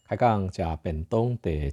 开讲食便当第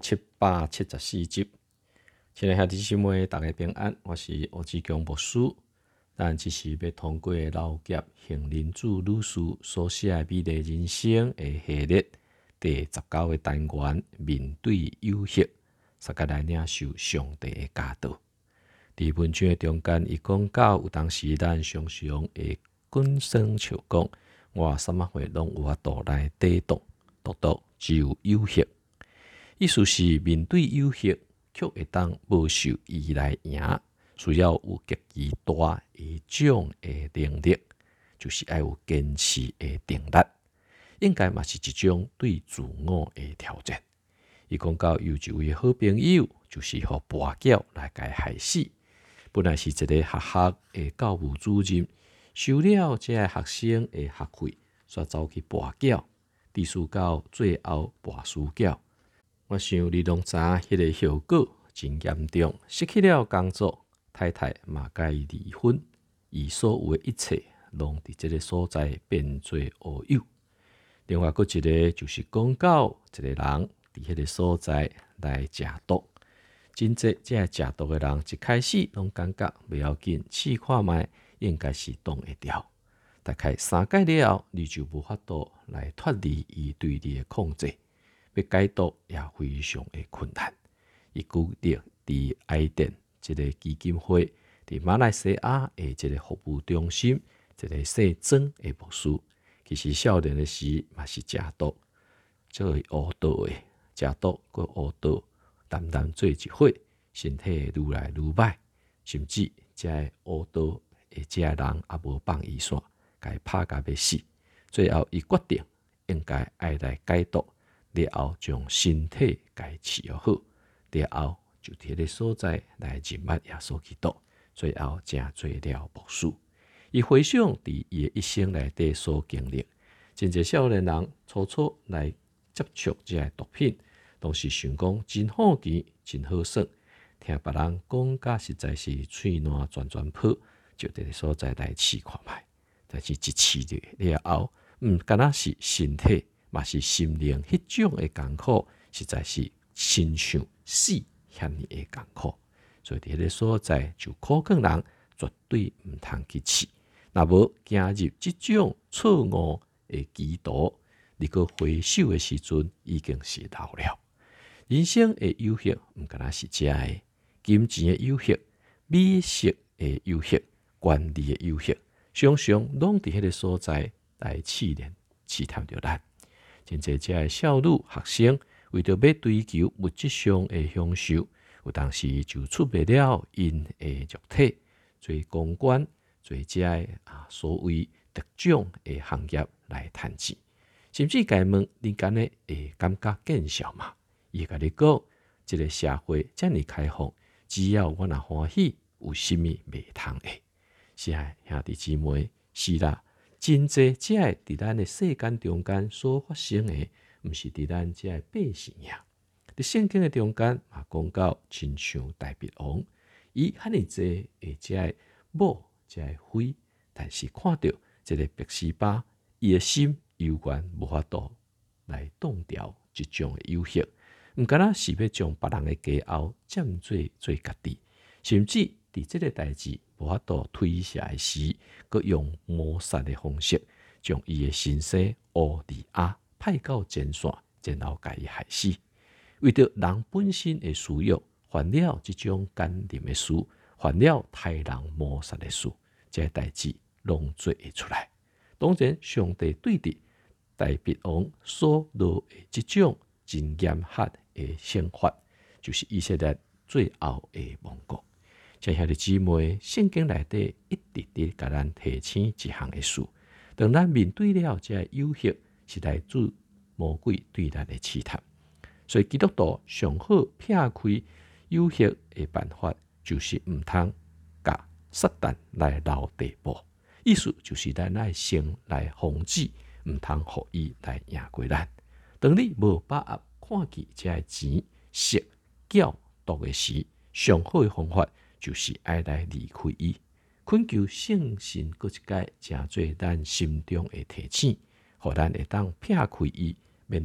774集，亲爱兄弟姊妹，大家平安，我是欧志强牧师。咱只是要通过老业行人主女士所写的《美丽人生》的系列第19个单元，面对有限，撒个来领受上帝的教导。伫文章的中间，伊讲到有当时咱常常会滚酸笑讲，我什么会拢有法度来抵挡，独独只有有限。意思是面对有限，却会当无受伊来赢，需要有极其大的种的能力，就是要有坚持的定力。应该嘛是一种对自我的挑战。伊讲到有一位好朋友，就是互跋筊来甲伊害死。本来是一个学校的教务主任，收了这个学生的学费，煞走去跋筊，致使到最后跋输筊。我想你拢知影迄个效果真严重，失去了工作，太太嘛甲伊离婚，伊所有的一切拢伫这个所在变做乌有。另外佫一个就是讲到一个人伫迄个所在来食毒。真济这食毒的人一开始拢感觉袂要紧，试看卖应该是挡会掉。大概3届了后，你就无法度来脱离伊对你的控制，要解毒也非常的困难。伊举例伫埃甸一个基金会，伫马来西亚的一个服务中心，一个姓曾的牧师，其实少年的时嘛是食毒，做乌道的，食毒佮乌道。淡做一伙，身体愈来愈歹，甚至这个乌道的这个人也无放伊线，甲伊拍甲要死。最后伊决定应该爱来解毒，了后将身体甲伊饲疗好，了后就伫迄个所在来认捌耶稣基督，最后正做了牧师。伊回想伫伊的一生内底所经历，真侪少年人初初来接触这个毒品。拢是想讲真好奇、真好耍，听别人讲甲实在是喙烂转泡，就伫个所在来试看卖。但是一试了后，敢若是身体，嘛是心灵迄种的艰苦，实在是亲像死遐尼的艰苦。所以伫个所在就苦劝人绝对毋通去试，若无行入即种错误的歧途，你个回首的时阵已经是老了。人生的有限，毋敢若是食的，金钱的有限，美色的有限，权力的有限，常常拢伫迄个所在来试探着咱。真侪这个少女学生为着要追求物质上的享受，有当时就出卖了因的肉体，做公关，做这个所谓特种的行业来趁钱，甚至家问你敢呢会感觉见笑嘛？伊甲你讲，这个社会遮尔开放，只要我若欢喜，有啥物袂通的？是啊，兄弟姊妹，是啦，真济这个伫咱的世间中间所发生的，毋是伫咱这个百姓呀。伫圣经的中间嘛，讲到亲像大鼻王，伊遐尼济的这个某这个妃，但是看到这个拔示巴，伊的心犹原无法度来挡掉即种的有限。毋敢若是要将别人的骄傲占做家己，甚至伫即个代志无法度推卸的时，佮用谋杀的方式，将伊的身世乌利亚派到前线，然后甲伊害死。为着人本身的需要，犯了即种奸淫的事，犯了害人谋杀的事，这代志拢做会出来。当然，上帝对伫大鼻王所落的即种真严苛的刑罚，就是以色列最后的亡国。亲爱的姊妹，圣经内底一直伫甲咱提醒一项的事：当咱面对了这个有限，是来自魔鬼对咱的试探。所以基督徒上好撇开有限的办法，就是毋通甲撒旦来留地步。意思就是咱爱先来防止，毋通互伊来赢过咱。当你无把握看见这个钱色缴毒的时，上好的方法就是爱来离开伊，恳求圣神搁一届，诚做咱心中的提醒，互咱会当撇开伊，免得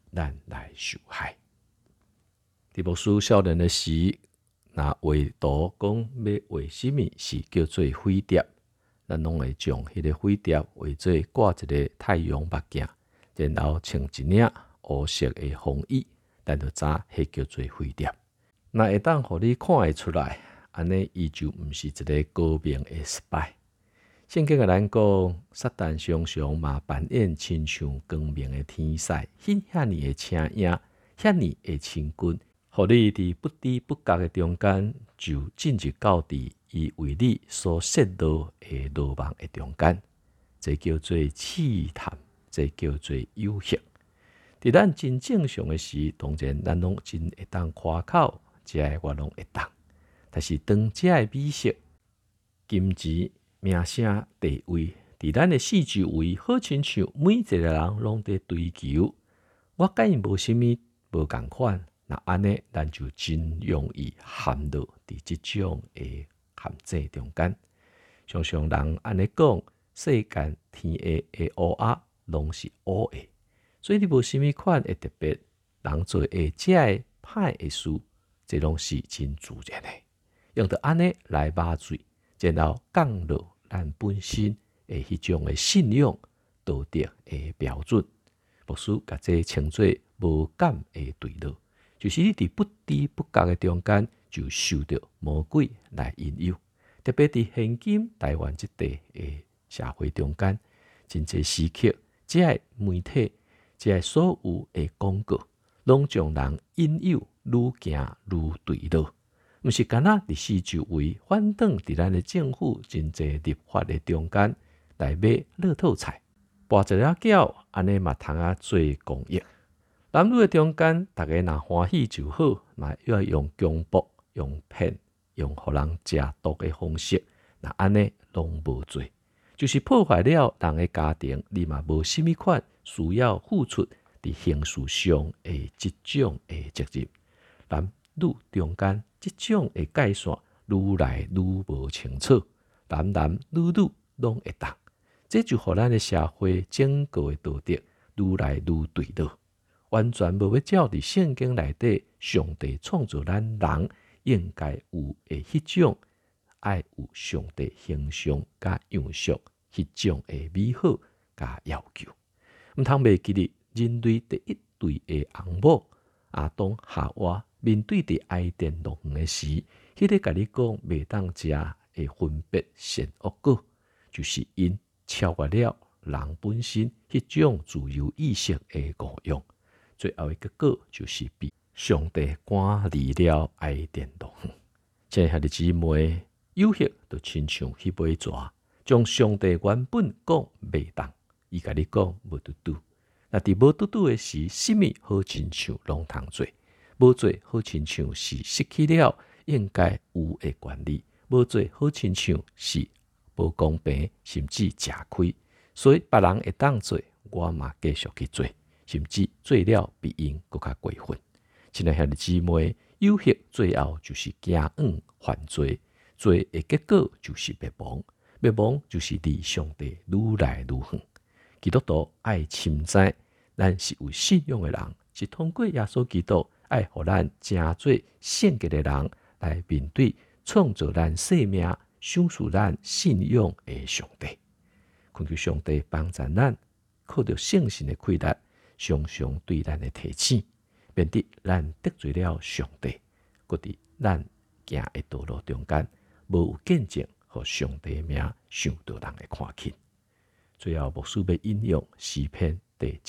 咱来受害。伫牧师少年的时，若画图讲要画什么是叫做飞碟，咱拢会将迄个飞碟画做挂一个太阳目镜，然后穿一领乌色的风衣，咱就知迄叫做飞碟。若会当互你看会出来，安尼伊就毋是一个高明的失败。圣经甲咱讲，撒旦常常嘛扮演亲像光明的天使，遐尼的请影，遐尼的亲近，互你伫不知不觉的中间，就进入到伫伊为你所设路的路网的中间。这叫做试探，这叫做诱惑。伫咱真正常的时，当然咱拢真会当夸口，遮个我拢会当。但是当遮个美色、金钱、名声、地位，伫咱的四周围，好亲像每一个人拢在追求。我甲因无啥物无共款，那安尼咱就真容易陷入伫即种的陷阱中间。常常人安尼讲，世间天下的乌鸦拢是乌的，所以你无啥物款会特别人做的遮个歹的事，这拢是真自然的。用着安尼来麻醉，然后降落咱本身的迄种的信仰道德的标准。牧师甲这称作无感的对路，就是你伫不知不觉的中间就受到魔鬼来引诱。特别伫现今台湾这地的社会中间，真侪时刻，这个媒体、这个所有的广告，拢将人引诱愈行愈对路。毋是干那伫四周围，反倒伫咱的政府真侪立法的中间来买乐透彩，博一只饺，安尼嘛通做公益。男女的中间，大家若欢喜就好，嘛要用强迫、用骗、用互人食毒的方式，那安尼拢无做，就是破坏了人的家庭，你嘛无啥物款需要付出伫刑事上的即种的责任。男女中间即种的界线愈来愈无清楚，男女女拢会当，这就互咱的社会整个的道德愈来愈对了，完全无要照伫圣经内底上帝创造咱人应该有的迄种爱有上帝形象甲样式迄种的美好甲要求。毋通袂记哩，人类第一对的翁某亚当夏娃面对伫爱甸乐园的时，迄个甲你讲袂当食的分别善恶果，就是因超越了人本身迄种自由意识的误用，最后的结果就是被上帝赶离了爱甸乐园。亲爱的姊妹，有些就亲像迄尾蛇，将上帝原本讲袂当，伊甲你讲无拄拄。那伫无拄拄的时，什么好亲像拢通做，无做好亲像是失去了应该有的权利，无做好亲像是无公平，甚至吃亏。所以别人会当做，我嘛继续去做，甚至做了比因更较过分。亲爱的姊妹，有些最后就是惊冤犯罪，罪的结果就是灭亡，灭亡就是离上帝愈来愈远。基督徒爱深知，咱是有信仰的人，是通过耶稣基督爱互咱成做圣洁的人，来面对创造咱生命、享受咱信仰的上帝。恳求上帝帮助咱，靠着圣神的开达，常常对咱的提醒，免得咱得罪了上帝，搁伫咱行的道路中间，无有见证，互上帝的名受到人的看轻。最后，牧师要引用诗篇第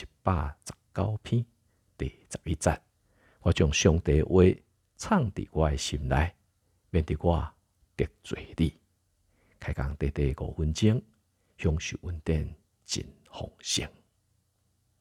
119篇第11节：我将上帝的话藏伫我的心内，免得我得罪你。开工短短5分钟，享受稳定真丰盛。